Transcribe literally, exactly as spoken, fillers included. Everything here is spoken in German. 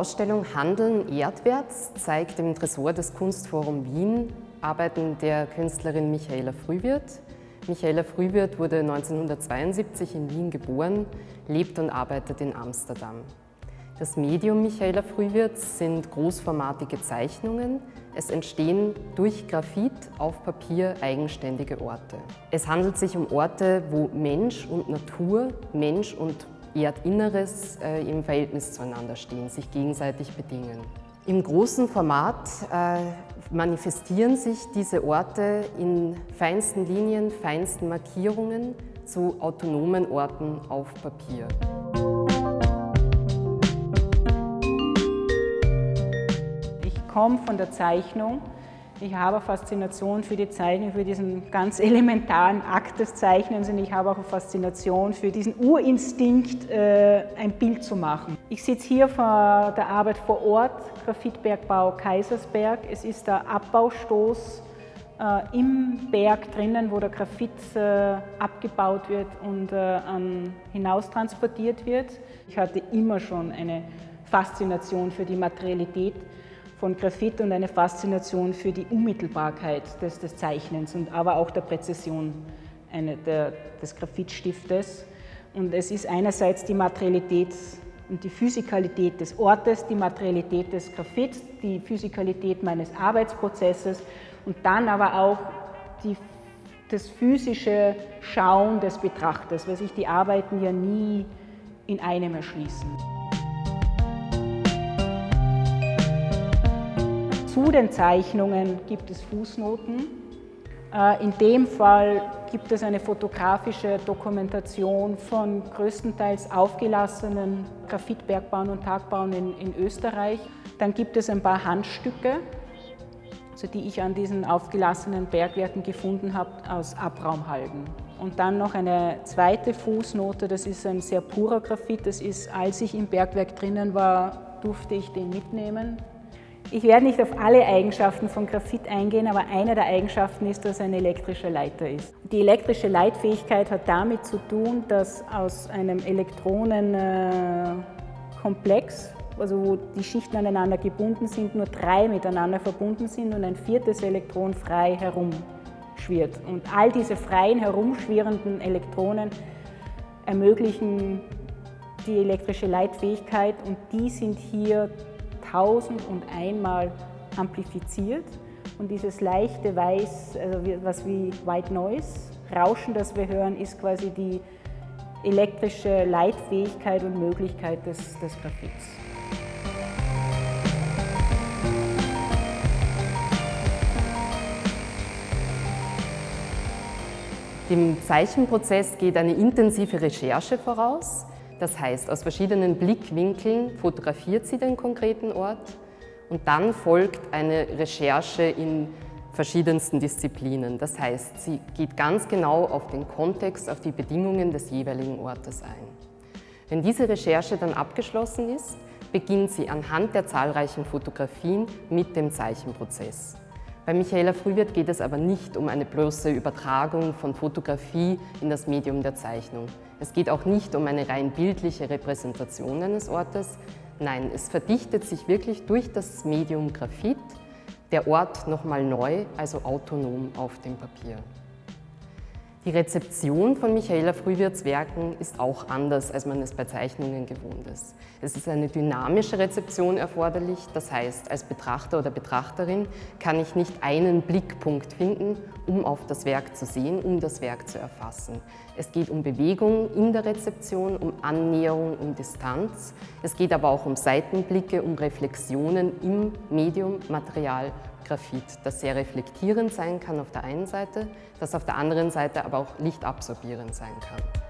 Ausstellung Handeln erdwärts zeigt im Tresor des Kunstforum Wien Arbeiten der Künstlerin Michaela Frühwirth. Michaela Frühwirth wurde neunzehnhundertzweiundsiebzig in Wien geboren, lebt und arbeitet in Amsterdam. Das Medium Michaela Frühwirth sind großformatige Zeichnungen. Es entstehen durch Graphit auf Papier eigenständige Orte. Es handelt sich um Orte, wo Mensch und Natur, Mensch und Erdinneres äh, im Verhältnis zueinander stehen, sich gegenseitig bedingen. Im großen Format äh, manifestieren sich diese Orte in feinsten Linien, feinsten Markierungen zu autonomen Orten auf Papier. Ich komme von der Zeichnung. Ich habe eine Faszination für die Zeichnung, für diesen ganz elementaren Akt des Zeichnens, und ich habe auch eine Faszination für diesen Urinstinkt, äh, ein Bild zu machen. Ich sitze hier vor der Arbeit vor Ort, Graphitbergbau Kaisersberg. Es ist der Abbaustoß äh, im Berg drinnen, wo der Graphit äh, abgebaut wird und äh, an, hinaus transportiert wird. Ich hatte immer schon eine Faszination für die Materialität von Graphit und eine Faszination für die Unmittelbarkeit des, des Zeichnens, und aber auch der Präzision eine, der, des Graphitstiftes. Und es ist einerseits die Materialität und die Physikalität des Ortes, die Materialität des Graphits, die Physikalität meines Arbeitsprozesses und dann aber auch die, das physische Schauen des Betrachters, weil sich die Arbeiten ja nie in einem erschließen. Zu den Zeichnungen gibt es Fußnoten. In dem Fall gibt es eine fotografische Dokumentation von größtenteils aufgelassenen Graphitbergbauen und Tagbauen in, in Österreich. Dann gibt es ein paar Handstücke, also die ich an diesen aufgelassenen Bergwerken gefunden habe, aus Abraumhalden. Und dann noch eine zweite Fußnote, das ist ein sehr purer Graphit. Das ist, als ich im Bergwerk drinnen war, durfte ich den mitnehmen. Ich werde nicht auf alle Eigenschaften von Graphit eingehen, aber eine der Eigenschaften ist, dass er ein elektrischer Leiter ist. Die elektrische Leitfähigkeit hat damit zu tun, dass aus einem Elektronenkomplex, also wo die Schichten aneinander gebunden sind, nur drei miteinander verbunden sind und ein viertes Elektron frei herumschwirrt. Und all diese freien herumschwirrenden Elektronen ermöglichen die elektrische Leitfähigkeit, und die sind hier tausend und einmal amplifiziert, und dieses leichte Weiß, also was wie White Noise, Rauschen, das wir hören, ist quasi die elektrische Leitfähigkeit und Möglichkeit des, des Graphits. Dem Zeichenprozess geht eine intensive Recherche voraus. Das heißt, aus verschiedenen Blickwinkeln fotografiert sie den konkreten Ort, und dann folgt eine Recherche in verschiedensten Disziplinen. Das heißt, sie geht ganz genau auf den Kontext, auf die Bedingungen des jeweiligen Ortes ein. Wenn diese Recherche dann abgeschlossen ist, beginnt sie anhand der zahlreichen Fotografien mit dem Zeichenprozess. Bei Michaela Frühwirth geht es aber nicht um eine bloße Übertragung von Fotografie in das Medium der Zeichnung. Es geht auch nicht um eine rein bildliche Repräsentation eines Ortes. Nein, es verdichtet sich wirklich durch das Medium Graphit der Ort nochmal neu, also autonom auf dem Papier. Die Rezeption von Michaela Frühwirths Werken ist auch anders, als man es bei Zeichnungen gewohnt ist. Es ist eine dynamische Rezeption erforderlich, das heißt, als Betrachter oder Betrachterin kann ich nicht einen Blickpunkt finden, um auf das Werk zu sehen, um das Werk zu erfassen. Es geht um Bewegung in der Rezeption, um Annäherung, um Distanz. Es geht aber auch um Seitenblicke, um Reflexionen im Medium, Material, Graphit, das sehr reflektierend sein kann auf der einen Seite, das auf der anderen Seite aber auch lichtabsorbierend sein kann.